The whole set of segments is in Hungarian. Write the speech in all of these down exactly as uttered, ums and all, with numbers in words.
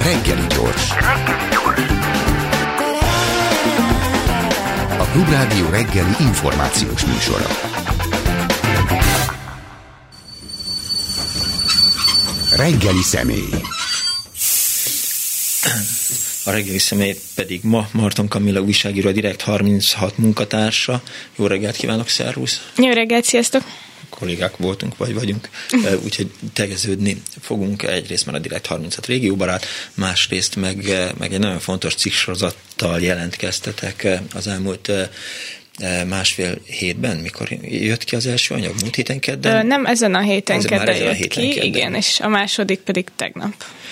Reggeli gyors. A Klubrádió reggeli információs műsora. Reggeli személy. A reggeli személy pedig ma Marton Kamilla újságíró, a Direkt harminchat munkatársa. Jó reggelt kívánok, szervusz! Jó reggelt, sziasztok! Kollégák voltunk, vagy vagyunk, úgyhogy tegeződni fogunk egyrészt már a Direkt harminchat régióbarát, másrészt meg, meg egy nagyon fontos cikksorozattal jelentkeztetek az elmúlt másfél hétben, mikor jött ki az első anyag? Múlt héten kedden? Nem, ezen a héten kedden jött héten ki, kedden. Igen, és a második pedig tegnap.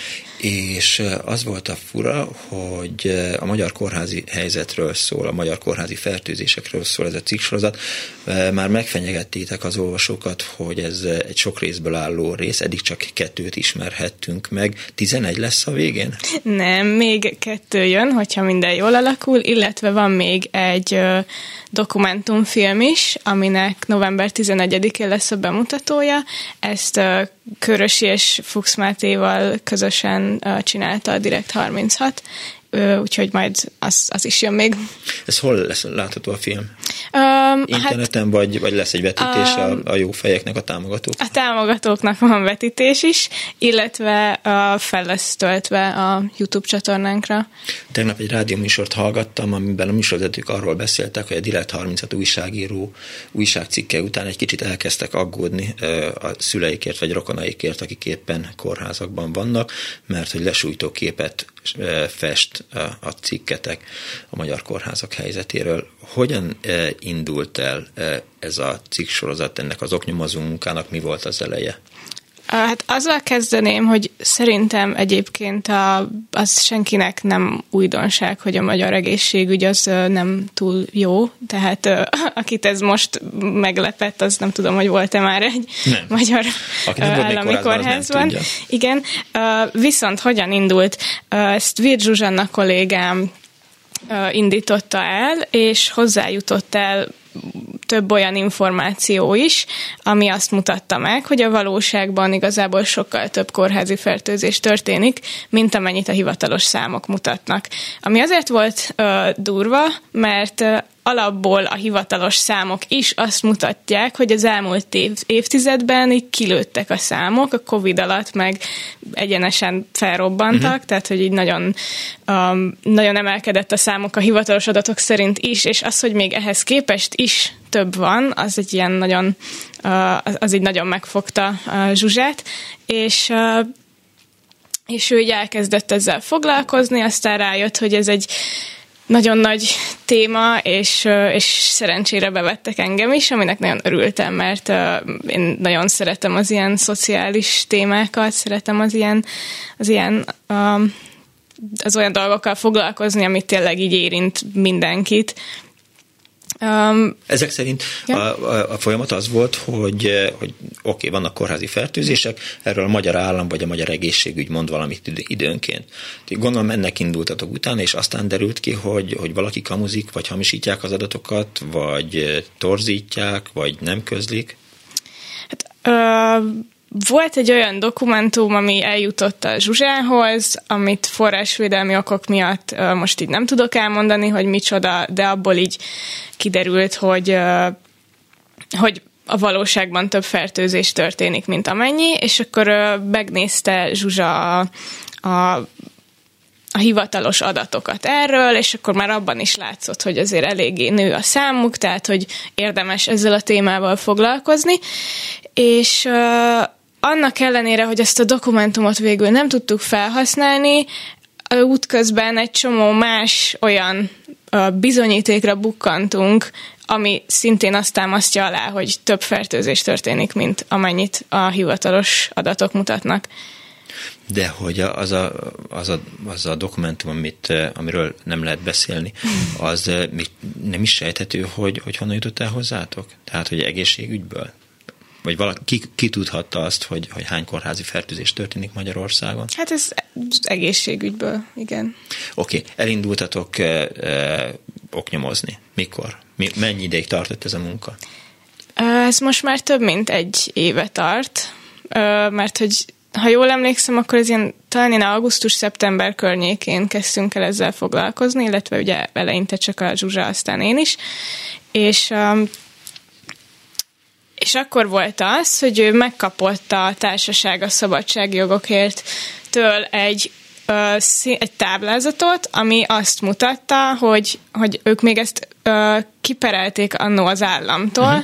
És az volt a fura, hogy a magyar kórházi helyzetről szól, a magyar kórházi fertőzésekről szól ez a cikksorozat. Már megfenyegettétek az olvasókat, hogy ez egy sok részből álló rész, eddig csak kettőt ismerhettünk meg. tizenegy lesz a végén? Nem, még kettő jön, hogyha minden jól alakul, illetve van még egy dokumentumfilm is, aminek november tizenegyedikén lesz a bemutatója. Ezt Körösi és Fuchs Mátéval közösen csinálta a Direkt harminchat, úgyhogy majd az, az is jön még. Ez hol lesz látható a film? Um, Interneten, hát, vagy, vagy lesz egy vetítés um, a, a jó fejeknek, a támogatók? A támogatóknak van vetítés is, illetve uh, fel lesz töltve a YouTube csatornánkra. Tegnap egy rádióműsort hallgattam, amiben a műsorvezetők arról beszéltek, hogy a Direkt harminchat újságíró újságcikke után egy kicsit elkezdtek aggódni uh, a szüleikért vagy rokonaikért, akik éppen kórházakban vannak, mert hogy lesújtó képet uh, fest uh, a cikketek a magyar kórházak helyzetéről. Hogyan uh, indult el uh, ez a cikksorozat, ennek az oknyomozó munkának mi volt az eleje? Hát azzal kezdeném, hogy szerintem egyébként a, az senkinek nem újdonság, hogy a magyar egészségügy az nem túl jó, tehát akit ez most meglepett, az nem tudom, hogy volt-e már egy nem. magyar állami kórházban. Igen, viszont hogyan indult? Ezt Virgy Zsuzsanna kollégám indította el, és hozzájutott el több olyan információ is, ami azt mutatta meg, hogy a valóságban igazából sokkal több kórházi fertőzés történik, mint amennyit a hivatalos számok mutatnak. Ami azért volt uh, durva, mert uh, alapból a hivatalos számok is azt mutatják, hogy az elmúlt év, évtizedben így kilőttek a számok, a Covid alatt meg egyenesen felrobbantak, uh-huh. tehát hogy így nagyon, um, nagyon emelkedett a számok a hivatalos adatok szerint is, és az, hogy még ehhez képest is több van, az egy ilyen nagyon, uh, az, az így nagyon megfogta uh, Zsuzsát, és uh, és ő így elkezdett ezzel foglalkozni, aztán rájött, hogy ez egy nagyon nagy téma, és, és szerencsére bevettek engem is, aminek nagyon örültem, mert én nagyon szeretem az ilyen szociális témákat, szeretem az ilyen, az ilyen az olyan dolgokkal foglalkozni, amit tényleg így érint mindenkit. Um, Ezek szerint ja. a, a, a folyamat az volt, hogy, hogy oké, okay, vannak kórházi fertőzések, erről a magyar állam vagy a magyar egészségügy mond valamit időnként. Gondolom ennek indultatok utána, és aztán derült ki, hogy, hogy valaki kamuzik, vagy hamisítják az adatokat, vagy torzítják, vagy nem közlik. Hát, uh... Volt egy olyan dokumentum, ami eljutott a Zsuzsához, amit forrásvédelmi okok miatt uh, most így nem tudok elmondani, hogy micsoda, de abból így kiderült, hogy, uh, hogy a valóságban több fertőzés történik, mint amennyi, és akkor uh, megnézte Zsuzsa a, a, a hivatalos adatokat erről, és akkor már abban is látszott, hogy azért eléggé nő a számuk, tehát hogy érdemes ezzel a témával foglalkozni, és uh, annak ellenére, hogy ezt a dokumentumot végül nem tudtuk felhasználni, útközben egy csomó más olyan uh, bizonyítékra bukkantunk, ami szintén azt támasztja alá, hogy több fertőzés történik, mint amennyit a hivatalos adatok mutatnak. De hogy az a, az a, az a dokumentum, amit, amiről nem lehet beszélni, az nem is sejthető, hogy, hogy honnan jutott el hozzátok? Tehát, hogy egészségügyből? Vagy valaki, ki, ki tudhatta azt, hogy, hogy hány kórházi fertőzés történik Magyarországon? Hát ez egészségügyből, igen. Oké, okay. Elindultatok e, e, oknyomozni. Mikor? Mi, mennyi ideig tartott ez a munka? Ez most már több mint egy éve tart, mert hogy ha jól emlékszem, akkor ez ilyen talán én augusztus-szeptember környékén kezdtünk el ezzel foglalkozni, illetve ugye eleinte csak a Zsuzsa, aztán én is. És, és akkor volt az, hogy ő megkapott a Társaság a szabadságjogokért től egy, egy táblázatot, ami azt mutatta, hogy, hogy ők még ezt kiperelték annó az államtól. Uh-huh.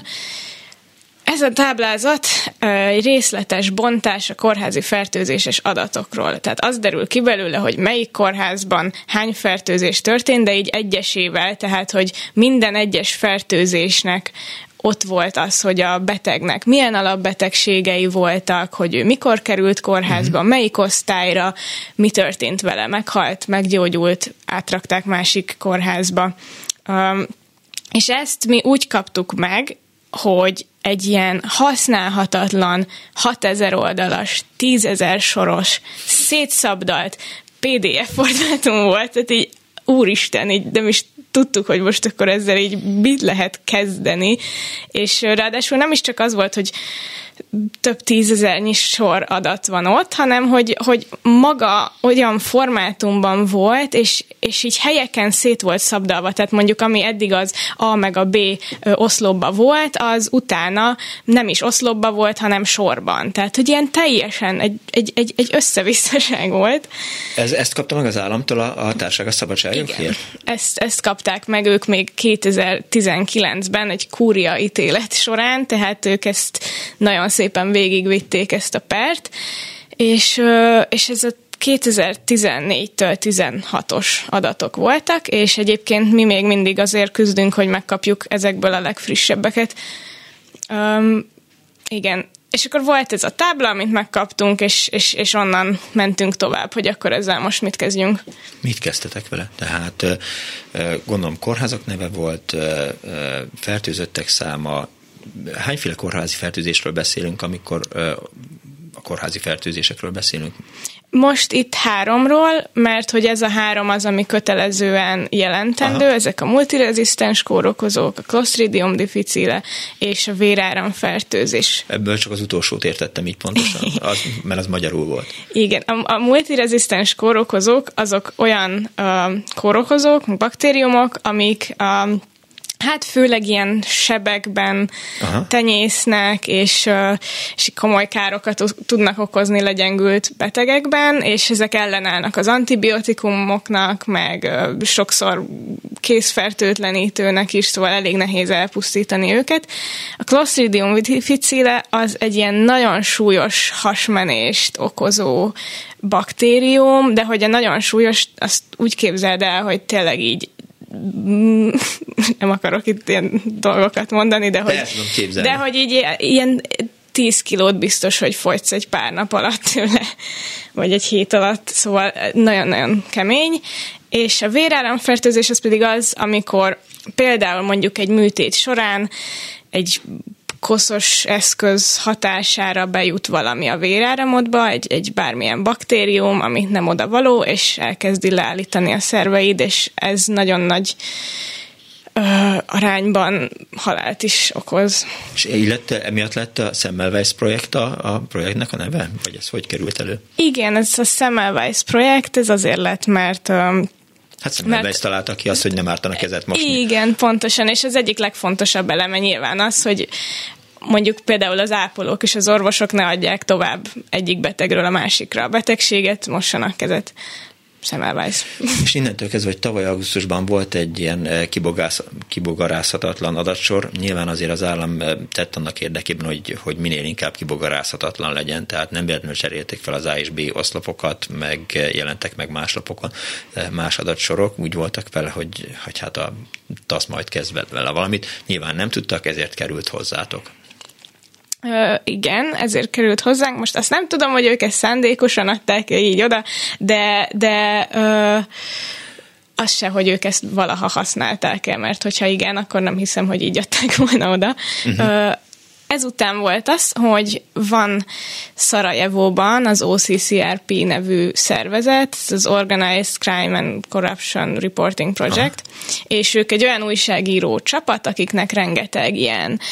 Ez a táblázat egy részletes bontás a kórházi fertőzéses adatokról. Tehát az derül ki belőle, hogy melyik kórházban hány fertőzés történt, de így egyesével, tehát hogy minden egyes fertőzésnek ott volt az, hogy a betegnek milyen alapbetegségei voltak, hogy ő mikor került kórházba, uh-huh. melyik osztályra, mi történt vele, meghalt, meggyógyult, átrakták másik kórházba. Um, és ezt mi úgy kaptuk meg, hogy egy ilyen használhatatlan, hatezer oldalas, tízezer soros, szétszabdalt pé dé ef formátum volt, tehát így úristen, így nem is tudtuk, hogy most akkor ezzel így mit lehet kezdeni, és ráadásul nem is csak az volt, hogy több tízezernyi sor adat van ott, hanem hogy, hogy maga olyan formátumban volt, és, és így helyeken szét volt szabdalva, tehát mondjuk ami eddig az A meg a B oszlopba volt, az utána nem is oszlopba volt, hanem sorban. Tehát, hogy ilyen teljesen egy, egy, egy, egy összevisszaság volt. Ez, ezt kapta meg az államtól a, a Társaság a szabadságjogokért? Ezt, ezt kapták meg ők még kétezer-tizenkilencben egy kúria ítélet során, tehát ők ezt nagyon szépen végigvitték ezt a pert, és, és ez a kétezer-tizennégytől tizenhatos adatok voltak, és egyébként mi még mindig azért küzdünk, hogy megkapjuk ezekből a legfrissebbeket. Um, igen, és akkor volt ez a tábla, amit megkaptunk, és, és, és onnan mentünk tovább, hogy akkor ezzel most mit kezdjünk. Mit kezdtetek vele? Tehát gondolom kórházak neve volt, fertőzöttek száma. Hányféle kórházi fertőzésről beszélünk, amikor a kórházi fertőzésekről beszélünk? Most itt háromról, mert hogy ez a három az, ami kötelezően jelentendő, aha. Ezek a multirezisztens kórokozók, a Clostridium difficile és a véráramfertőzés. Ebből csak az utolsót értettem így pontosan, az, mert az magyarul volt. Igen, a, a multirezisztens kórokozók azok olyan uh, kórokozók, baktériumok, amik uh, hát főleg ilyen sebekben aha. tenyésznek, és, és komoly károkat tudnak okozni legyengült betegekben, és ezek ellenállnak az antibiotikumoknak, meg sokszor készfertőtlenítőnek is, szóval elég nehéz elpusztítani őket. A Clostridium difficile az egy ilyen nagyon súlyos hasmenést okozó baktérium, de hogy a nagyon súlyos, azt úgy képzeld el, hogy tényleg így nem akarok itt ilyen dolgokat mondani, de hogy, de hogy így ilyen tíz kilót biztos, hogy fogysz egy pár nap alatt tőle, vagy egy hét alatt, szóval nagyon-nagyon kemény, és a véráramfertőzés az pedig az, amikor például mondjuk egy műtét során egy koszos eszköz hatására bejut valami a véráramodba, egy, egy bármilyen baktérium, amit nem oda való, és elkezdi leállítani a szerveid, és ez nagyon nagy ö, arányban halált is okoz. És illetve emiatt lett a Semmelweis projekt a, a projektnek a neve? Vagy ez hogy került elő? Igen, ez a Semmelweis projekt, ez azért lett, mert ö, hát Semmelweis találta ki azt, hogy nem ártana kezet mosni. Igen, pontosan, és az egyik legfontosabb eleme nyilván az, hogy mondjuk például az ápolók és az orvosok ne adják tovább egyik betegről a másikra a betegséget, mossanak kezet. Semmelweis. És innentől kezdve, hogy tavaly augusztusban volt egy ilyen kibogarázhatatlan adatsor, nyilván azért az állam tett annak érdekében, hogy, hogy minél inkább kibogarázhatatlan legyen, tehát nem véletlenül cserélték fel az A és B oszlopokat, meg jelentek meg más lapokon más adatsorok, úgy voltak vele, hogy, hogy hát a TASZ majd kezd vele valamit. Nyilván nem tudtak, ezért került hozzátok. Uh, igen, ezért került hozzánk. Most azt nem tudom, hogy ők ezt szándékosan adták így oda, de, de uh, az se, hogy ők ezt valaha használták el, mert hogyha igen, akkor nem hiszem, hogy így adták volna oda. Uh-huh. Uh, ezután volt az, hogy van Szarajevóban az o cé cé er pé nevű szervezet, az Organized Crime and Corruption Reporting Project, aha. és ők egy olyan újságíró csapat, akiknek rengeteg ilyen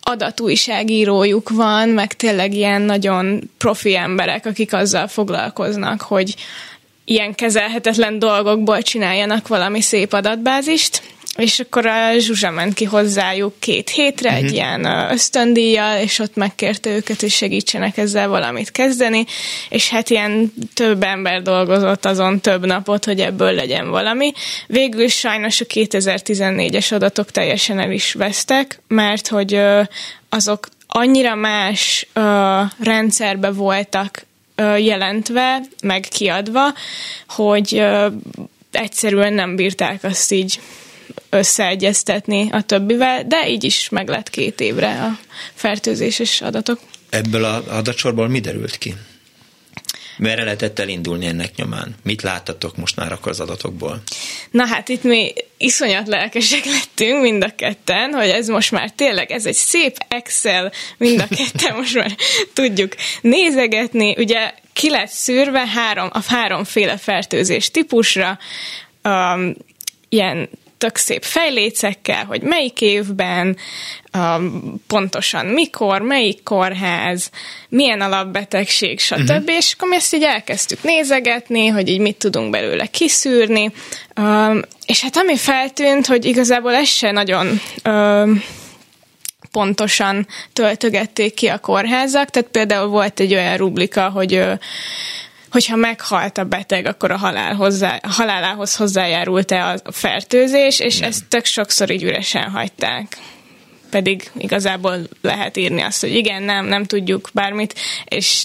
adatújságírójuk van, meg tényleg ilyen nagyon profi emberek, akik azzal foglalkoznak, hogy ilyen kezelhetetlen dolgokból csináljanak valami szép adatbázist, és akkor a Zsuzsa ment ki hozzájuk két hétre uh-huh. egy ilyen ösztöndíjjal, és ott megkérte őket, hogy segítsenek ezzel valamit kezdeni, és hát ilyen több ember dolgozott azon több napot, hogy ebből legyen valami. Végül sajnos a kétezer-tizennégyes adatok teljesen el is vesztek, mert hogy azok annyira más rendszerbe voltak jelentve, meg kiadva, hogy egyszerűen nem bírták azt így összeegyeztetni a többivel, de így is meg lett két évre a fertőzéses adatok. Ebből az adatsorból mi derült ki? Merre lehetett elindulni ennek nyomán? Mit láttatok most már akkor az adatokból? Na hát itt mi iszonyat lelkesek lettünk mind a ketten, hogy ez most már tényleg, ez egy szép Excel, mind a ketten most már tudjuk nézegetni. Ugye ki lett szűrve három, a háromféle fertőzés típusra, um, ilyen tök szép fejlécekkel, hogy melyik évben, um, pontosan mikor, melyik kórház, milyen alapbetegség, stb. Uh-huh. És akkor mi ezt így elkezdtük nézegetni, hogy így mit tudunk belőle kiszűrni. Um, és hát ami feltűnt, hogy igazából ez se nagyon um, pontosan töltögették ki a kórházak, tehát például volt egy olyan rubrika, hogy hogyha meghalt a beteg, akkor a, halál hozzá, a halálához hozzájárult-e a fertőzés, és nem. Ezt tök sokszor így üresen hagyták. Pedig igazából lehet írni azt, hogy igen, nem, nem tudjuk bármit, és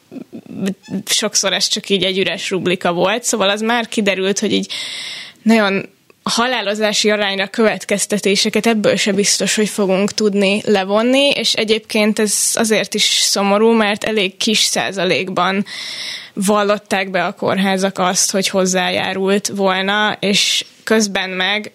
sokszor ez csak így egy üres rubrika volt, szóval az már kiderült, hogy így nagyon a halálozási arányra következtetéseket ebből se biztos, hogy fogunk tudni levonni, és egyébként ez azért is szomorú, mert elég kis százalékban vallották be a kórházak azt, hogy hozzájárult volna, és közben meg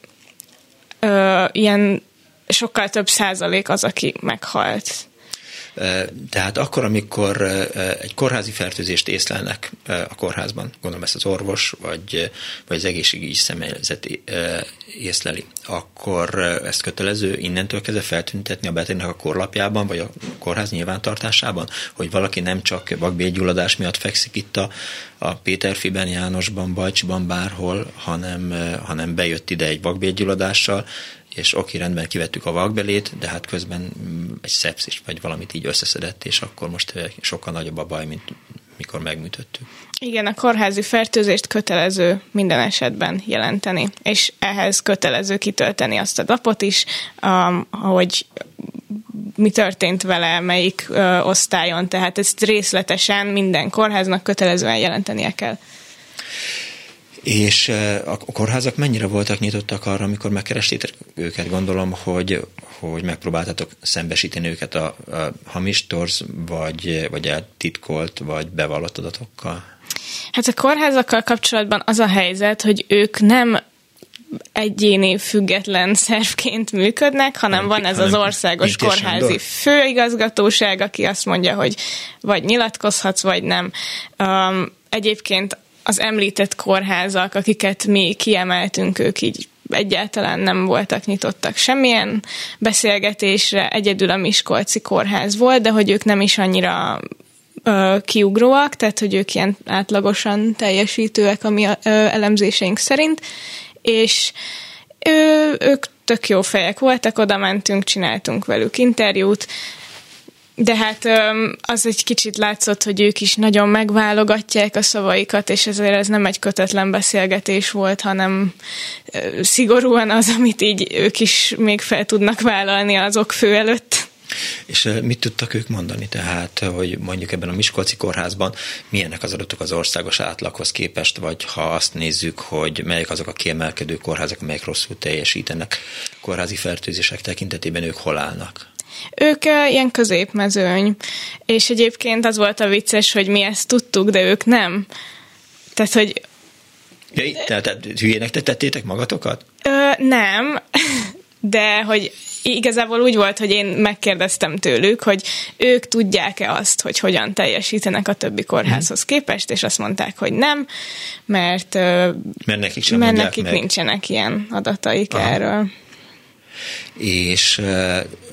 ö, ilyen sokkal több százalék az, aki meghalt. Tehát akkor, amikor egy kórházi fertőzést észlelnek a kórházban, gondolom ezt az orvos, vagy, vagy az egészségügyi személyzet észleli, akkor ezt kötelező innentől kezdve feltüntetni a betegnek a korlapjában, vagy a kórház nyilvántartásában, hogy valaki nem csak vakbélgyulladás miatt fekszik itt a, a Péterfiben, Jánosban, Bajcsiban, bárhol, hanem, hanem bejött ide egy vakbélgyulladással, és oké, rendben kivettük a vakbelét, de hát közben egy szepszis vagy valamit így összeszedett, és akkor most sokkal nagyobb a baj, mint mikor megműtöttük. Igen, a kórházi fertőzést kötelező minden esetben jelenteni, és ehhez kötelező kitölteni azt a lapot is, hogy mi történt vele, melyik ö, osztályon, tehát ezt részletesen minden kórháznak kötelezően jelentenie kell. És a kórházak mennyire voltak nyitottak arra, amikor megkerestétek őket? Gondolom, hogy, hogy megpróbáltatok szembesíteni őket a, a hamis, torz, vagy, vagy eltitkolt, vagy bevallott adatokkal? Hát a kórházakkal kapcsolatban az a helyzet, hogy ők nem egyéni független szervként működnek, hanem van ez az országos kórházi főigazgatóság, aki azt mondja, hogy vagy nyilatkozhatsz, vagy nem. Um, egyébként az említett kórházak, akiket mi kiemeltünk, ők így egyáltalán nem voltak nyitottak semmilyen beszélgetésre, egyedül a Miskolci kórház volt, de hogy ők nem is annyira ö, kiugróak, tehát hogy ők ilyen átlagosan teljesítőek a mi ö, elemzéseink szerint, és ő, ők tök jó fejek voltak, oda mentünk, csináltunk velük interjút, de hát az egy kicsit látszott, hogy ők is nagyon megválogatják a szavaikat, és ezért ez nem egy kötetlen beszélgetés volt, hanem szigorúan az, amit így ők is még fel tudnak vállalni azok fő előtt. És mit tudtak ők mondani? Tehát, hogy mondjuk ebben a Miskolci kórházban milyenek az adatok az országos átlaghoz képest, vagy ha azt nézzük, hogy melyek azok a kiemelkedő kórházak, amelyek rosszul teljesítenek kórházi fertőzések tekintetében, ők hol állnak? Ők uh, ilyen középmezőny, és egyébként az volt a vicces, hogy mi ezt tudtuk, de ők nem. Tehát, hogy... Ja, tehát, tehát hülyének te tettétek magatokat? Ö, nem, de hogy igazából úgy volt, hogy én megkérdeztem tőlük, hogy ők tudják-e azt, hogy hogyan teljesítenek a többi kórházhoz képest, és azt mondták, hogy nem, mert, mert nekik, sem mert nekik nincsenek ilyen adataik. Aha. Erről. És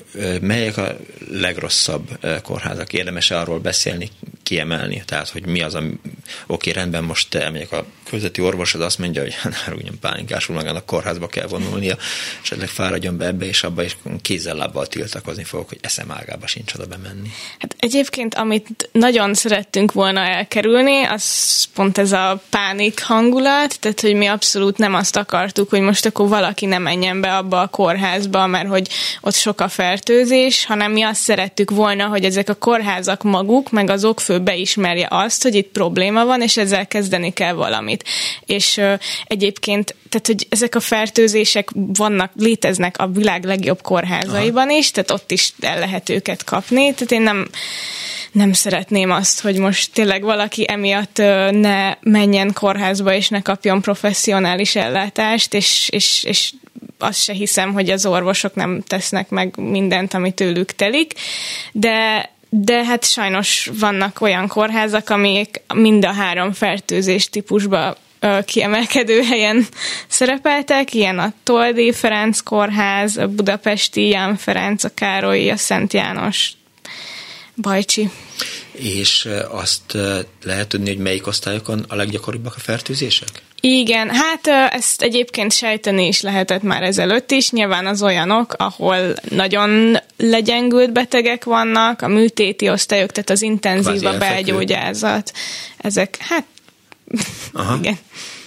melyek a legrosszabb kórházak? Érdemes-e arról beszélni, kiemelni? Tehát, hogy mi az, ami oké, rendben, most elmegyek a közveti orvosod, azt mondja, hogy hát ugyan pálinkásul magának kórházba kell vonulnia, esetleg fáradjon be ebbe és abba, és kézzel-lábbal tiltakozni fogok, hogy eszem ágába sincs oda bemenni. Hát egyébként, amit nagyon szerettünk volna elkerülni, az pont ez a pánik hangulat, tehát, hogy mi abszolút nem azt akartuk, hogy most akkor valaki ne menjen be abba a kórházba, mert hogy ott sok a fertőzés, hanem mi azt szerettük volna, hogy ezek a kórházak maguk, meg az okfő beismerje azt, hogy itt probléma van, és ezzel kezdeni kell valamit. És ö, egyébként, tehát, hogy ezek a fertőzések vannak, léteznek a világ legjobb kórházaiban Aha. is, tehát ott is el lehet őket kapni, tehát én nem nem szeretném azt, hogy most tényleg valaki emiatt ne menjen kórházba, és ne kapjon professzionális ellátást, és, és, és azt se hiszem, hogy az orvosok nem tesznek meg mindent, ami tőlük telik, de de hát sajnos vannak olyan kórházak, amik mind a három fertőzés típusba kiemelkedő helyen szerepeltek, ilyen a Toldi Ferenc kórház, a budapesti Ján Ferenc, a Károlyi, a Szent János, Bajcsi. És azt lehet tudni, hogy melyik osztályokon a leggyakoribbak a fertőzések? Igen, hát ezt egyébként sejteni is lehetett már ezelőtt is. Nyilván az olyanok, ahol nagyon legyengült betegek vannak, a műtéti osztályok, tehát az intenzív, a belgyógyászat. Ezek, hát Aha. igen.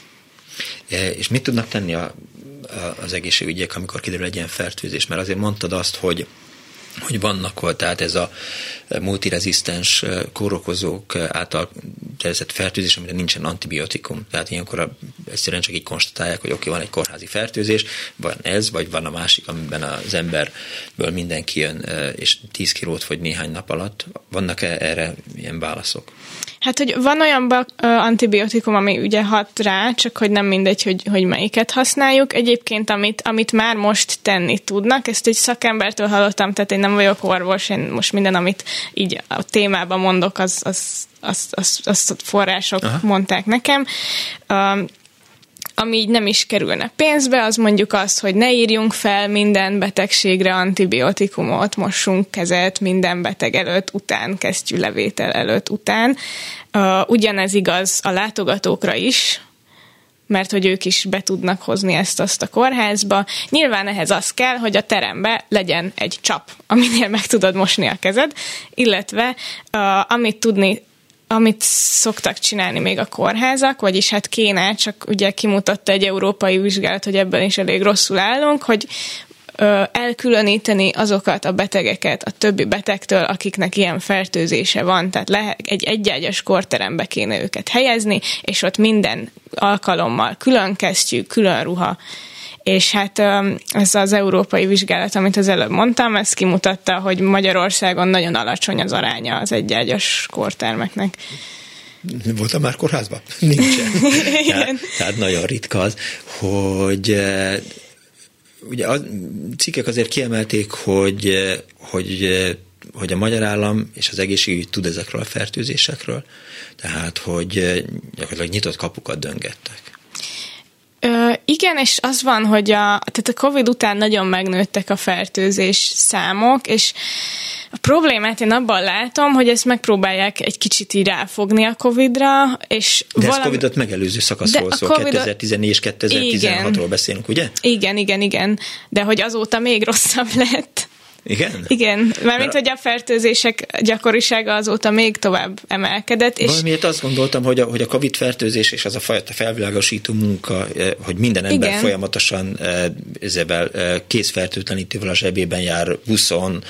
És mit tudnak tenni a, a, az egészségügyek, amikor kiderül egy ilyen fertőzés? Mert azért mondtad azt, hogy hogy vannak hol, tehát ez a multirezisztens kórokozók által terjesztett fertőzés, amire nincsen antibiotikum. Tehát ilyenkor egyszerűen csak így konstatálják, hogy oké, okay, van egy kórházi fertőzés, van ez, vagy van a másik, amiben az emberből mindenki jön, és tíz kilót fogy néhány nap alatt. Vannak erre ilyen válaszok? Hát, hogy van olyan antibiotikum, ami ugye hat rá, csak hogy nem mindegy, hogy, hogy melyiket használjuk. Egyébként, amit, amit már most tenni tudnak, ezt egy szakembertől hallottam, tehát én nem vagyok orvos, én most minden, amit így a témában mondok, az, az, az, az, az források Aha. mondták nekem. Um, ami így nem is kerülne pénzbe, az mondjuk az, hogy ne írjunk fel minden betegségre antibiotikumot, mossunk kezet minden beteg előtt, után, kesztyűlevétel előtt, után. Uh, ugyanez igaz a látogatókra is, mert hogy ők is be tudnak hozni ezt-azt a kórházba. Nyilván ehhez az kell, hogy a terembe legyen egy csap, aminél meg tudod mosni a kezed, illetve uh, amit tudni amit szoktak csinálni még a kórházak, vagyis hát kéne, csak ugye kimutatta egy európai vizsgálat, hogy ebben is elég rosszul állunk, hogy ö, elkülöníteni azokat a betegeket a többi betegtől, akiknek ilyen fertőzése van, tehát lehet egy egyágyas kórterembe kéne őket helyezni, és ott minden alkalommal külön kesztyű, külön ruha, és hát ez az európai vizsgálat, amit az előbb mondtam, ez kimutatta, hogy Magyarországon nagyon alacsony az aránya az egyágyas kórtermeknek. Voltam már kórházban? Nincsen. tehát, tehát nagyon ritka az, hogy ugye a cikkek azért kiemelték, hogy, hogy, hogy a magyar állam és az egészségügy tud ezekről a fertőzésekről, tehát hogy gyakorlatilag nyitott kapukat döngettek. Ö, igen, és az van, hogy a, tehát a Covid után nagyon megnőttek a fertőzés számok, és a problémát én abban látom, hogy ezt megpróbálják egy kicsit így ráfogni a Covidra, és de valami... ez Covidot megelőző szakaszról szól, COVID... kétezer-tizennégy és kétezer-tizenhatról beszélünk, ugye? Igen, igen, igen, de hogy azóta még rosszabb lett. Igen? Igen, mármint, hogy a fertőzések gyakorisága azóta még tovább emelkedett. És valamiért azt gondoltam, hogy a, hogy a Covid fertőzés és az a fajta felvilágosító munka, hogy minden ember Igen. folyamatosan ezzel kézfertőtlenítővel a zsebében jár, buszon,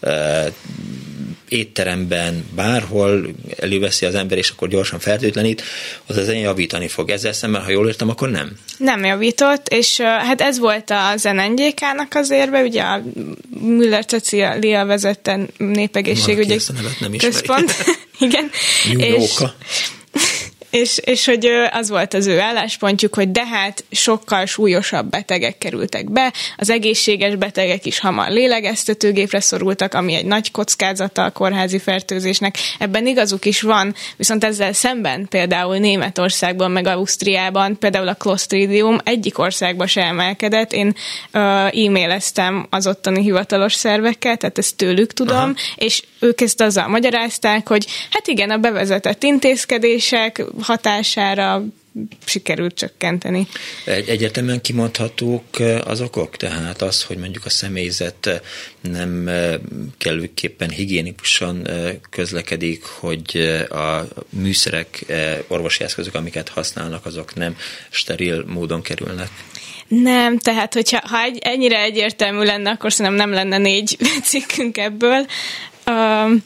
étteremben, bárhol előveszi az ember, és akkor gyorsan fertőtlenít, az ezen javítani fog. Ezzel szemben, ha jól értem, akkor nem? Nem javított, és hát ez volt az en en gé ká-nak az érve, ugye a Müller Cecília vezette népegészségügyi központ. Igen. Nyúlóka. és, és hogy az volt az ő álláspontjuk, hogy de hát sokkal súlyosabb betegek kerültek be, az egészséges betegek is hamar lélegeztetőgépre szorultak, ami egy nagy kockázata a kórházi fertőzésnek. Ebben igazuk is van, viszont ezzel szemben például Németországban, meg Ausztriában például a Clostridium egyik országba se emelkedett. Én uh, e-maileztem az ottani hivatalos szervekkel, tehát ezt tőlük tudom, aha. És ők ezt azzal magyarázták, hogy hát igen, a bevezetett intézkedések hatására sikerült csökkenteni. Egy, egyértelműen kimondhatók az okok? Tehát az, hogy mondjuk a személyzet nem kellőképpen higiénikusan közlekedik, hogy a műszerek, orvosi eszközök, amiket használnak, azok nem steril módon kerülnek? Nem, tehát hogyha ha egy, ennyire egyértelmű lenne, akkor szerintem nem lenne négy cikkünk ebből. Um,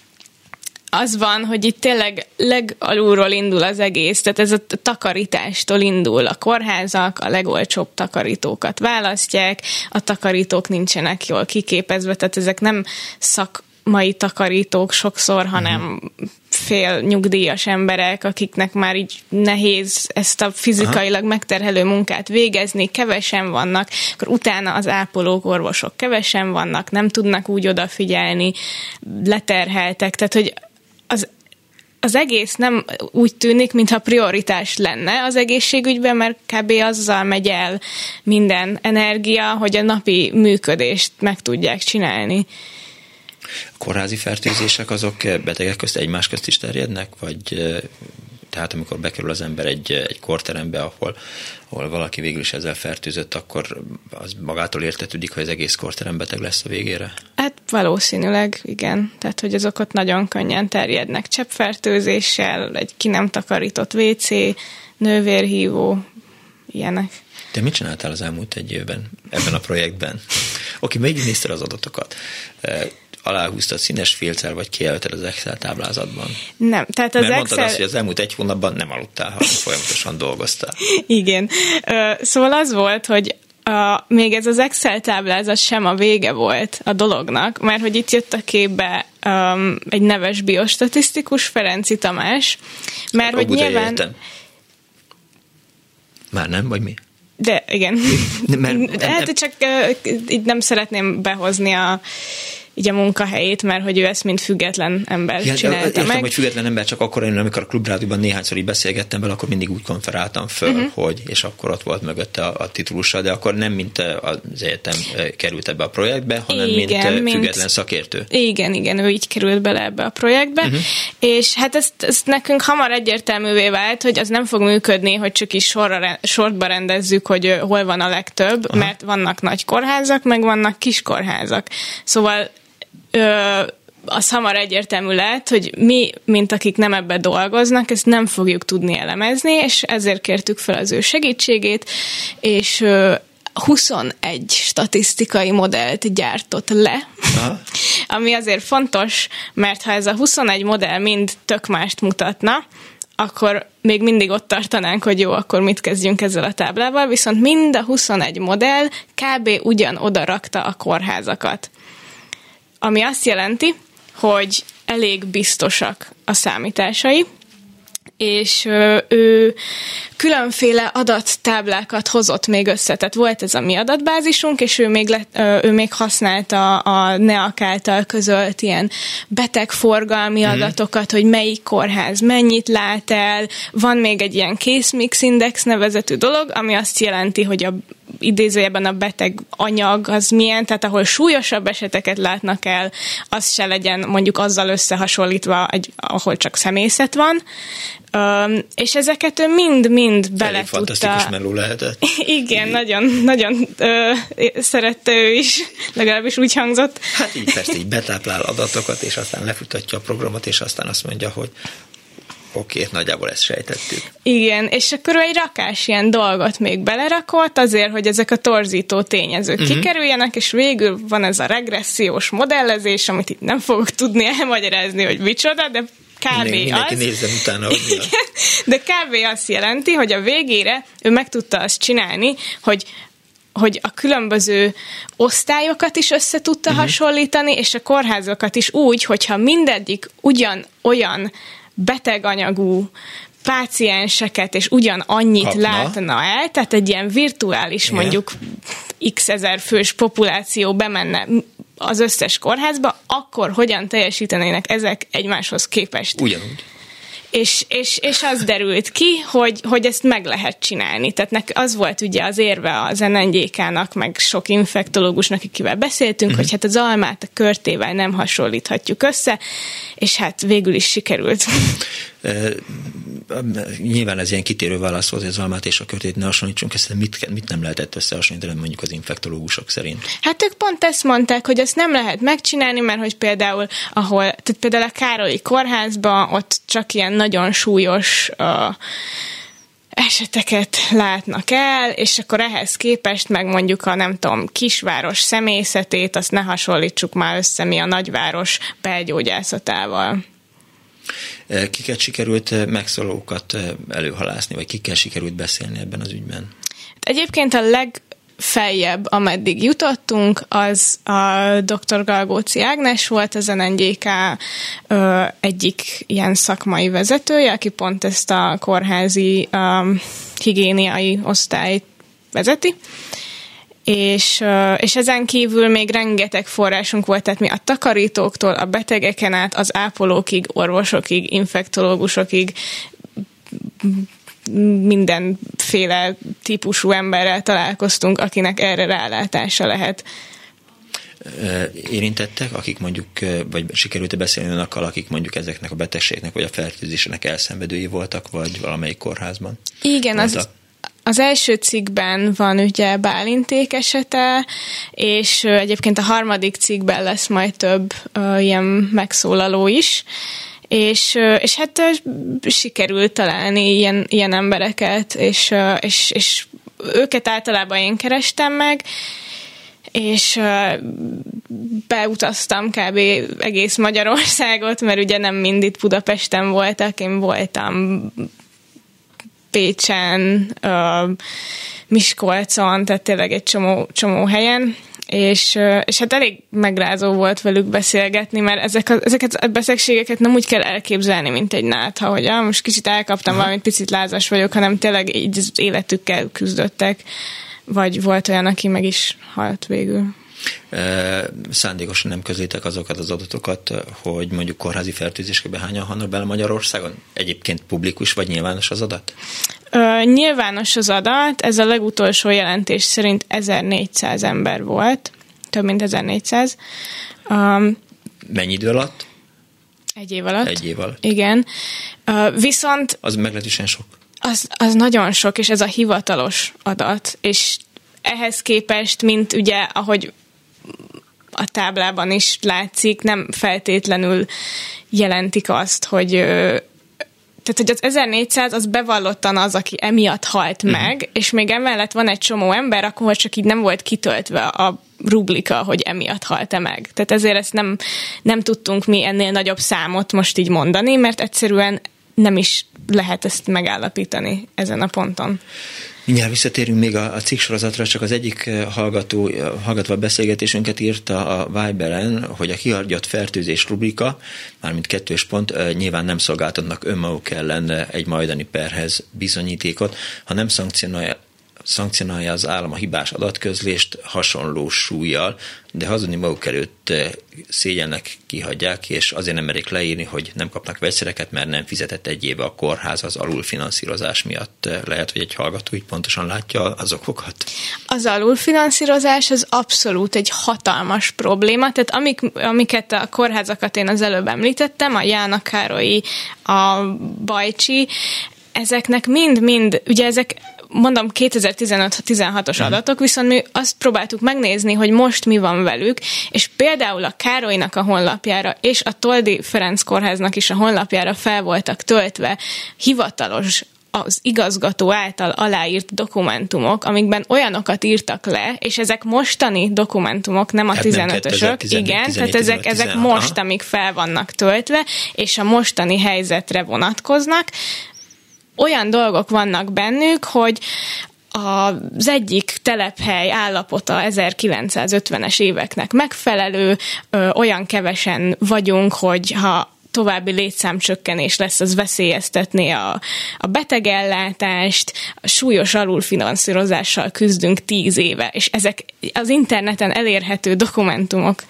az van, hogy itt tényleg legalulról indul az egész, tehát ez a takarítástól indul. A kórházak a legolcsóbb takarítókat választják, a takarítók nincsenek jól kiképezve, tehát ezek nem szakmai takarítók sokszor, hanem fél nyugdíjas emberek, akiknek már így nehéz ezt a fizikailag aha. megterhelő munkát végezni, kevesen vannak, akkor utána az ápolók, orvosok kevesen vannak, nem tudnak úgy odafigyelni, leterheltek, tehát hogy az, az egész nem úgy tűnik, mintha prioritás lenne az egészségügyben, mert kb. Azzal megy el minden energia, hogy a napi működést meg tudják csinálni. A kórházi fertőzések azok betegek közt egymás közt is terjednek? Vagy tehát amikor bekerül az ember egy, egy kórterembe, ahol, ahol valaki végül is ezzel fertőzött, akkor az magától értetődik, hogy az egész kórterem beteg lesz a végére? Hát valószínűleg, igen. Tehát, hogy azok ott nagyon könnyen terjednek. Cseppfertőzéssel, egy ki nem takarított vé cé, nővérhívó, ilyenek. Te mit csináltál az elmúlt egy évben ebben a projektben? Oké, megnézted az adatokat. Aláhúztad színes filccel, vagy kijelölted az Excel táblázatban? Nem, tehát az Mert Excel... mondtad azt, hogy az elmúlt egy hónapban nem aludtál, hanem folyamatosan dolgoztál. Igen. Szóval az volt, hogy a, még ez az Excel táblázat sem a vége volt a dolognak, mert hogy itt jött a képbe um, egy neves biostatisztikus, Ferenci Tamás, mert hogy nyilván... Értem. Már nem, vagy mi? De igen. Mert, hát csak uh, így nem szeretném behozni a így a munkahelyét, mert hogy ő ezt mind független ember ja, csinálta értem, meg. hogy független ember, csak akkor én, amikor a Klubrádióban néhányszor így beszélgettem vele, akkor mindig úgy konferáltam föl, uh-huh. hogy, és akkor ott volt mögötte a, a titulusa, de akkor nem mint az egyetem került ebbe a projektbe, hanem igen, mint, mint független szakértő. Igen, igen, ő így került bele ebbe a projektbe, uh-huh. és hát ezt, ezt nekünk hamar egyértelművé vált, hogy az nem fog működni, hogy csak is sorra, sortba rendezzük, hogy hol van a legtöbb, aha. mert vannak nagy kórházak, meg vannak kis kórházak. Szóval Ö, az hamar egyértelmű lett, hogy mi, mint akik nem ebbe dolgoznak, ezt nem fogjuk tudni elemezni, és ezért kértük fel az ő segítségét, és ö, huszonegy statisztikai modellt gyártott le, aha. ami azért fontos, mert ha ez a huszonegy modell mind tök mást mutatna, akkor még mindig ott tartanánk, hogy jó, akkor mit kezdjünk ezzel a táblával, viszont mind a huszonegy modell kb. Ugyan oda rakta a kórházakat. Ami azt jelenti, hogy elég biztosak a számításai, és ő különféle adattáblákat hozott még össze. Tehát volt ez a mi adatbázisunk, és ő még, le, ő még használta a N E A K által közölt ilyen betegforgalmi mm. adatokat, hogy melyik kórház mennyit lát el. Van még egy ilyen case mix index nevezetű dolog, ami azt jelenti, hogy a idézőjelben a beteg anyag az milyen, tehát ahol súlyosabb eseteket látnak el, az se legyen mondjuk azzal összehasonlítva, egy, ahol csak személyzet van. Um, és ezeket ő mind-mind bele elég tudta. Fantasztikus meló lehetett. Igen, nagyon, nagyon ö, szerette ő is, legalábbis úgy hangzott. Hát így persze, így betáplál adatokat, és aztán lefutatja a programot, és aztán azt mondja, hogy oké, okay, nagyjából ezt sejtettük. Igen, és akkor egy rakás ilyen dolgot még belerakott azért, hogy ezek a torzító tényezők uh-huh. kikerüljenek, és végül van ez a regressziós modellezés, amit itt nem fogok tudni elmagyarázni, hogy micsoda, de kb. Mindenki az. nézzen utána, hogy mi a... De kb. Azt jelenti, hogy a végére ő meg tudta azt csinálni, hogy hogy a különböző osztályokat is össze tudta uh-huh. hasonlítani, és a kórházakat is úgy, hogyha mindegyik ugyan olyan beteganyagú pácienseket, és ugyanannyit kapna. látna el, tehát egy ilyen virtuális, igen, mondjuk x ezer fős populáció bemenne az összes kórházba, akkor hogyan teljesítenének ezek egymáshoz képest? Ugyanúgy. És, és, és az derült ki, hogy, hogy ezt meg lehet csinálni. Tehát nek, az volt ugye az érve az en en gyé ká-nak, meg sok infektológusnak, akivel beszéltünk, uh-huh. hogy hát az almát a körtével nem hasonlíthatjuk össze, és hát végül is sikerült. Nyilván ez ilyen kitérő válasz volt, hogy az almát és a körtét ne hasonlítsunk, ezt mit, mit nem lehetett összehasonlítani mondjuk az infektológusok szerint? Hát ők pont ezt mondták, hogy ezt nem lehet megcsinálni, mert hogy például, ahol, tehát például a Károlyi kórházban ott csak ilyen nagyon súlyos uh, eseteket látnak el, és akkor ehhez képest meg mondjuk a nem tudom, kisváros személyzetét, azt ne hasonlítsuk már össze mi a nagyváros belgyógyászatával. Kiket sikerült megszólókat előhalászni, vagy kikkel sikerült beszélni ebben az ügyben? Egyébként a legfeljebb, ameddig jutottunk, az a doktor Galgóci Ágnes volt, az en en gyé ká ö, egyik ilyen szakmai vezetője, aki pont ezt a kórházi ö, higiéniai osztályt vezeti. És, és ezen kívül még rengeteg forrásunk volt, tehát mi a takarítóktól, a betegeken át, az ápolókig, orvosokig, infektológusokig, mindenféle típusú emberrel találkoztunk, akinek erre rálátása lehet. Érintettek, akik mondjuk, vagy sikerült beszélni onakkal, akik mondjuk ezeknek a betegségnek, vagy a fertőzésnek elszenvedői voltak, vagy valamelyik kórházban? Igen, voltak? az... Az első cikkben van ugye Bálinték esete, és egyébként a harmadik cikkben lesz majd több uh, ilyen megszólaló is, és, uh, és hát uh, sikerült találni ilyen, ilyen embereket, és, uh, és, és őket általában én kerestem meg, és uh, beutaztam kb. Egész Magyarországot, mert ugye nem mind itt Budapesten voltak, én voltam Pécsen, uh, Miskolcon, tehát tényleg egy csomó, csomó helyen, és, uh, és hát elég megrázó volt velük beszélgetni, mert ezek a, ezeket a betegségeket nem úgy kell elképzelni, mint egy nátha, hogy ah, most kicsit elkaptam valamit, picit lázas vagyok, hanem tényleg így az életükkel küzdöttek, vagy volt olyan, aki meg is halt végül. Szándékosan nem közlitek azokat az adatokat, hogy mondjuk kórházi fertőzésekben hányan halnak bele Magyarországon? Egyébként publikus vagy nyilvános az adat? Ö, nyilvános az adat, ez a legutolsó jelentés szerint ezernégyszáz ember volt, több mint ezernégyszáz. Um, Mennyi idő alatt? Egy év alatt. Egy év alatt. Igen. Uh, viszont... Az meglehetősen sok. Az, az nagyon sok, és ez a hivatalos adat, és ehhez képest, mint ugye, ahogy a táblában is látszik, nem feltétlenül jelentik azt, hogy tehát, hogy az ezernégyszáz az bevallottan az, aki emiatt halt uh-huh. meg, és még emellett van egy csomó ember, akkor csak így nem volt kitöltve a rubrika, hogy emiatt halt-e meg. Tehát ezért ezt nem, nem tudtunk mi ennél nagyobb számot most így mondani, mert egyszerűen nem is lehet ezt megállapítani ezen a ponton. Mindjárt visszatérünk még a, a cikksorozatra, csak az egyik hallgató, hallgatva a beszélgetésünket írta a Viberen, hogy a kihagyott fertőzés rubrika, mármint kettős pont, nyilván nem szolgáltatnak önmaguk ellen egy majdani perhez bizonyítékot, ha nem szankcionálja, szankcionálja az állam a hibás adatközlést hasonló súlyjal, de hazudni maguk előtt szégyelnek, kihagyják, és azért nem merik leírni, hogy nem kapnak vegyszereket, mert nem fizetett egy éve a kórház az alulfinanszírozás miatt. Lehet, hogy egy hallgató így pontosan látja az okokat? Az alulfinanszírozás az abszolút egy hatalmas probléma, tehát amik, amiket a kórházakat én az előbb említettem, a Jána Károlyi, a Bajcsi, ezeknek mind-mind, ugye ezek mondom kétezer-tizenöt-tizenhatos mm. adatok, viszont mi azt próbáltuk megnézni, hogy most mi van velük, és például a Károlynak a honlapjára, és a Toldi Ferenc kórháznak is a honlapjára fel voltak töltve hivatalos az igazgató által aláírt dokumentumok, amikben olyanokat írtak le, és ezek mostani dokumentumok, nem a hát tizenötösök, igen, tizennégy, tehát ezek, ezek most, amik fel vannak töltve, és a mostani helyzetre vonatkoznak. Olyan dolgok vannak bennük, hogy az egyik telephely állapota ezerkilencszázötvenes éveknek megfelelő, ö, olyan kevesen vagyunk, hogy ha további létszámcsökkenés lesz, az veszélyeztetné a, a betegellátást, a súlyos alulfinanszírozással küzdünk tíz éve, és ezek az interneten elérhető dokumentumok.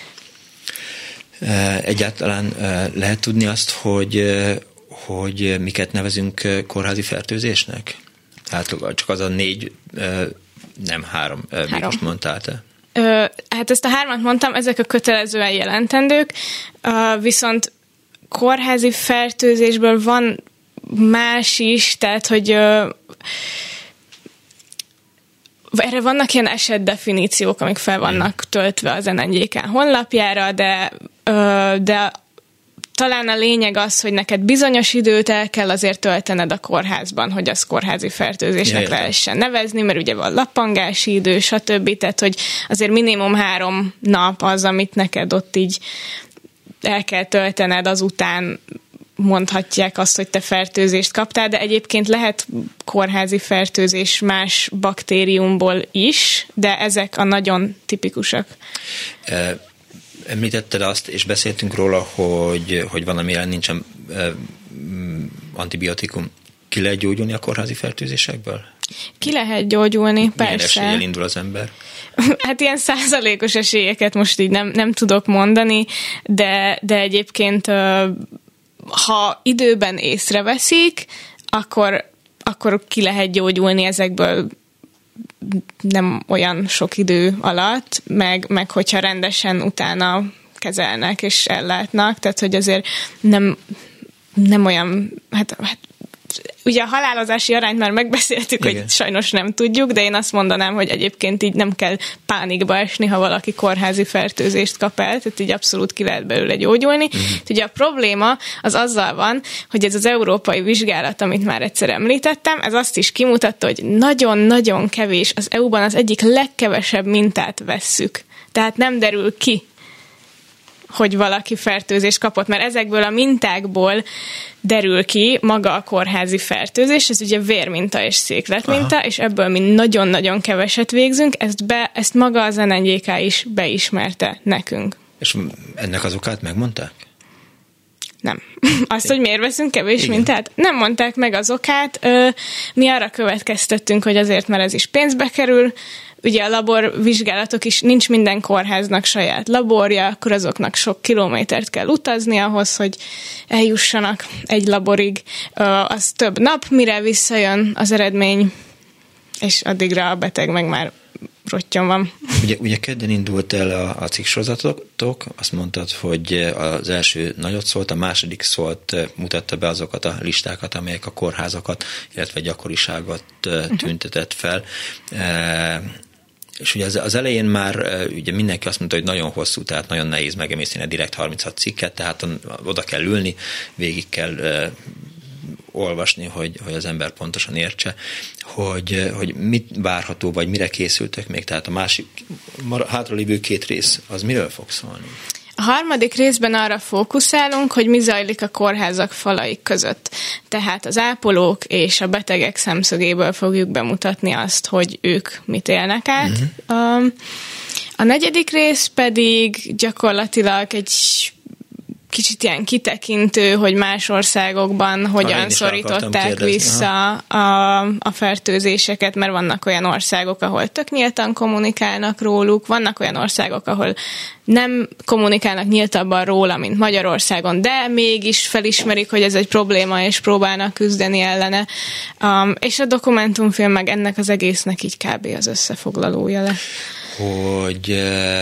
Egyáltalán lehet tudni azt, hogy, hogy miket nevezünk kórházi fertőzésnek? Hát csak az a négy, nem három, három. Mit most mondtál te? Ö, hát ezt a hármat mondtam, ezek a kötelezően jelentendők, uh, viszont kórházi fertőzésből van más is, tehát, hogy uh, erre vannak ilyen esetdefiníciók, amik fel vannak töltve az en en gé ká honlapjára, de, uh, de talán a lényeg az, hogy neked bizonyos időt el kell azért töltened a kórházban, hogy az kórházi fertőzésnek ja, lehessen nevezni, mert ugye van lappangási idő, stb. Tehát, hogy azért minimum három nap az, amit neked ott így el kell töltened, azután mondhatják azt, hogy te fertőzést kaptál, de egyébként lehet kórházi fertőzés más baktériumból is, de ezek a nagyon tipikusak. E- Említetted azt, és beszéltünk róla, hogy, hogy van, amire nincsen uh, antibiotikum. Ki lehet gyógyulni a kórházi fertőzésekből? Ki lehet gyógyulni, persze. Milyen eséllyel indul az ember? Hát ilyen százalékos esélyeket most így nem, nem tudok mondani, de, de egyébként ha időben észreveszik, akkor, akkor ki lehet gyógyulni ezekből nem olyan sok idő alatt, meg, meg hogyha rendesen utána kezelnek és ellátnak, tehát hogy azért nem, nem olyan, hát, hát ugye a halálozási arányt már megbeszéltük, igen, hogy sajnos nem tudjuk, de én azt mondanám, hogy egyébként így nem kell pánikba esni, ha valaki kórházi fertőzést kap el, tehát így abszolút ki lehet belőle gyógyulni. Uh-huh. Ugye a probléma az azzal van, hogy ez az európai vizsgálat, amit már egyszer említettem, ez azt is kimutatta, hogy nagyon-nagyon kevés, az é u-ban az egyik legkevesebb mintát vesszük. Tehát nem derül ki, hogy valaki fertőzést kapott, mert ezekből a mintákból derül ki maga a kórházi fertőzés, ez ugye vérminta és székletminta, aha, és ebből mi nagyon-nagyon keveset végzünk, ezt, be, ezt maga az en en gé ká is beismerte nekünk. És ennek az okát megmondták? Nem. Azt, hogy miért veszünk kevés igen, mintát? Nem mondták meg az okát. Mi arra következtettünk, hogy azért, mert ez is pénzbe kerül. Ugye a laborvizsgálatok is, nincs minden kórháznak saját laborja, akkor azoknak sok kilométert kell utazni ahhoz, hogy eljussanak egy laborig. Az több nap, mire visszajön az eredmény, és addigra a beteg meg már rottyon van. Ugye, ugye kedden indult el a, a cikksorozatok, azt mondtad, hogy az első nagyot szólt, a második szólt, mutatta be azokat a listákat, amelyek a kórházakat, illetve gyakoriságot tüntetett fel. E, és ugye az, az elején már ugye mindenki azt mondta, hogy nagyon hosszú, tehát nagyon nehéz megemészteni a Direkt harminchat cikket, tehát oda kell ülni, végig kell e, olvasni, hogy, hogy az ember pontosan értse, hogy, hogy mit várható, vagy mire készültek még, tehát a másik, hátralévő két rész, az miről fog szólni? A harmadik részben arra fókuszálunk, hogy mi zajlik a kórházak falai között. Tehát az ápolók és a betegek szemszögéből fogjuk bemutatni azt, hogy ők mit élnek át. Uh-huh. A negyedik rész pedig gyakorlatilag egy kicsit ilyen kitekintő, hogy más országokban hogyan szorították vissza a, a fertőzéseket, mert vannak olyan országok, ahol tök nyíltan kommunikálnak róluk, vannak olyan országok, ahol nem kommunikálnak nyíltabban róla, mint Magyarországon, de mégis felismerik, hogy ez egy probléma, és próbálnak küzdeni ellene. Um, és a dokumentumfilm meg ennek az egésznek így kb. Az összefoglalója lesz. Hogy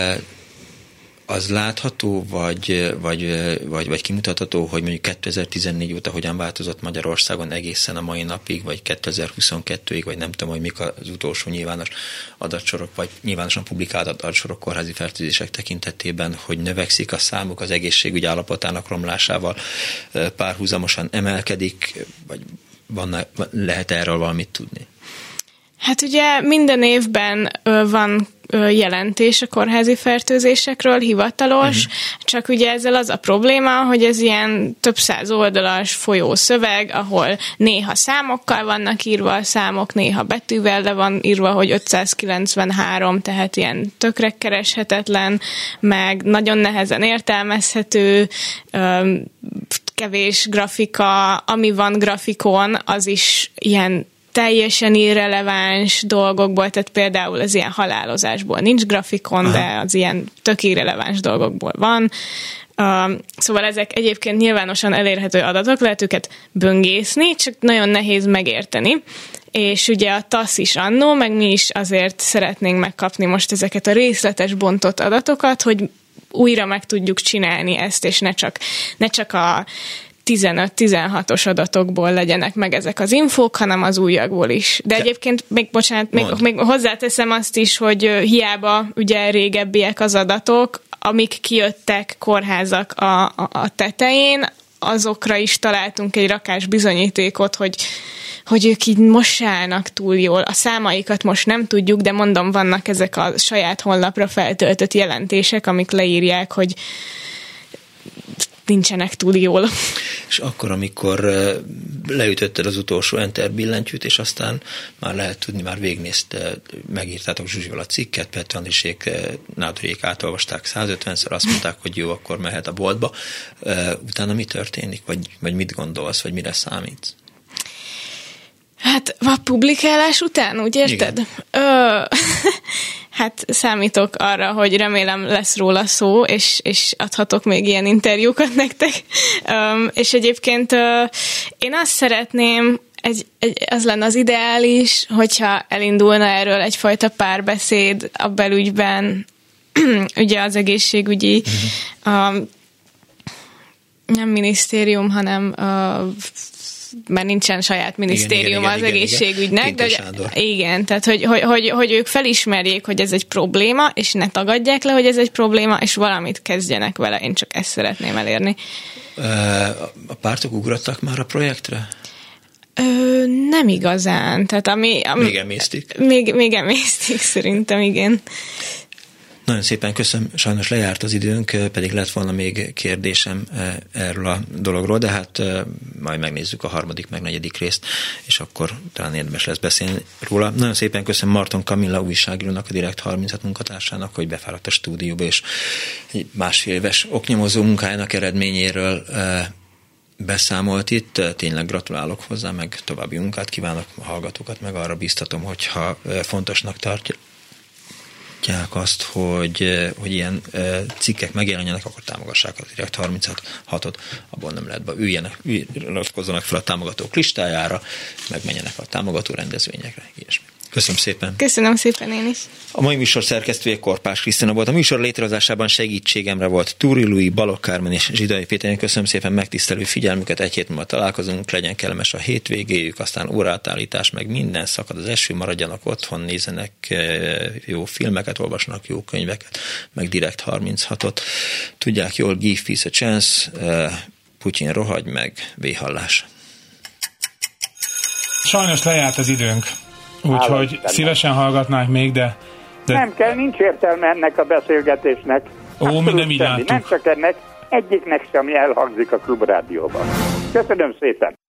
az látható, vagy, vagy, vagy, vagy kimutatható, hogy mondjuk kétezer-tizennégy óta hogyan változott Magyarországon egészen a mai napig, vagy kétezer-huszonkettőig, vagy nem tudom, hogy mik az utolsó nyilvános adatsorok, vagy nyilvánosan publikált adatsorok kórházi fertőzések tekintetében, hogy növekszik a számuk az egészségügy állapotának romlásával, párhuzamosan emelkedik, vagy van, lehet erről valamit tudni? Hát ugye minden évben ö, van jelentés a kórházi fertőzésekről, hivatalos, uh-huh. csak ugye ezzel az a probléma, hogy ez ilyen több száz oldalas folyó szöveg, ahol néha számokkal vannak írva a számok, néha betűvel le van írva, hogy ötszázkilencvenhárom, tehát ilyen tökre kereshetetlen, meg nagyon nehezen értelmezhető, kevés grafika, ami van grafikon, az is ilyen teljesen irreleváns dolgokból, tehát például az ilyen halálozásból nincs grafikon, aha. de az ilyen tök irreleváns dolgokból van. Uh, szóval ezek egyébként nyilvánosan elérhető adatok, lehet őket böngészni, csak nagyon nehéz megérteni. És ugye a TASZ is annó, meg mi is azért szeretnénk megkapni most ezeket a részletes bontott adatokat, hogy újra meg tudjuk csinálni ezt, és ne csak, ne csak a tizenöt-tizenhatos adatokból legyenek meg ezek az infók, hanem az újakból is. De egyébként, még, bocsánat, még, még hozzáteszem azt is, hogy hiába ugye régebbiek az adatok, amik kijöttek kórházak a, a, a tetején, azokra is találtunk egy rakás bizonyítékot, hogy, hogy ők így most se állnak túl jól. A számaikat most nem tudjuk, de mondom, vannak ezek a saját honlapra feltöltött jelentések, amik leírják, hogy nincsenek túl jól. És akkor, amikor leütötted az utolsó enter billentyűt, és aztán már lehet tudni, már végignézte, megírtátok Zsuzsival a cikket, Pető Andrisék, Nádorék átolvasták százötvenszer, azt mondták, hogy jó, akkor mehet a boltba. Utána mi történik? Vagy, vagy mit gondolsz, vagy mire számítsz? Hát a publikálás után, úgy érted? Ö, hát számítok arra, hogy remélem lesz róla szó, és, és adhatok még ilyen interjúkat nektek. Ö, és egyébként ö, én azt szeretném, egy, egy, az lenne az ideális, hogyha elindulna erről egyfajta párbeszéd a belügyben, ugye az egészségügyi, uh-huh. a, nem minisztérium, hanem a, mert nincsen saját minisztérium igen, igen, az igen, egészségügynek, igen. de hogy, igen, tehát hogy, hogy, hogy, hogy ők felismerjék, hogy ez egy probléma, és ne tagadják le, hogy ez egy probléma, és valamit kezdjenek vele. Én csak ezt szeretném elérni. A pártok ugrottak már a projektre? Ö, nem igazán. Tehát ami, ami, még emésztik? Még, még emésztik, szerintem, igen. Nagyon szépen köszönöm, sajnos lejárt az időnk, pedig lett volna még kérdésem erről a dologról, de hát majd megnézzük a harmadik, meg negyedik részt, és akkor talán érdemes lesz beszélni róla. Nagyon szépen köszönöm Marton Kamilla újságírónak, a Direkt harminchat munkatársának, hogy befáradt a stúdióba, és egy másfél éves oknyomozó munkájának eredményéről beszámolt itt. Tényleg gratulálok hozzá, meg további munkát kívánok a hallgatókat, meg arra biztatom, hogyha fontosnak tartja azt, hogy, hogy ilyen cikkek megjelenjenek, akkor támogassák a Direkt harminchatot, abból nem lehet be, üljenek, iratkozzanak fel a támogatók listájára, megmenjenek a támogató rendezvényekre, ilyesmi. Köszönöm szépen. Köszönöm szépen én is. A mai műsor szerkesztője Korpás Krisztina volt. A műsor létrehozásában segítségemre volt Túri Lui, Balogh Kármen és Zsidai Péter. Köszönöm szépen megtisztelő figyelmüket. Egy hét múlva találkozunk, legyen kellemes a hétvégéjük, aztán órátállítás, meg minden szakad az eső, maradjanak otthon, nézzenek jó filmeket, olvasnak jó könyveket, meg Direkt harminchatot. Tudják jól, give peace a chance, Putyin rohagy meg, véhallás. Sajnos lejárt az időnk. Úgyhogy szívesen hallgatnánk még, de, de... Nem kell, nincs értelme ennek a beszélgetésnek. Ó, mi nem így láttuk. Nem csak ennek, egyiknek sem elhangzik a Klubrádióban. Köszönöm szépen!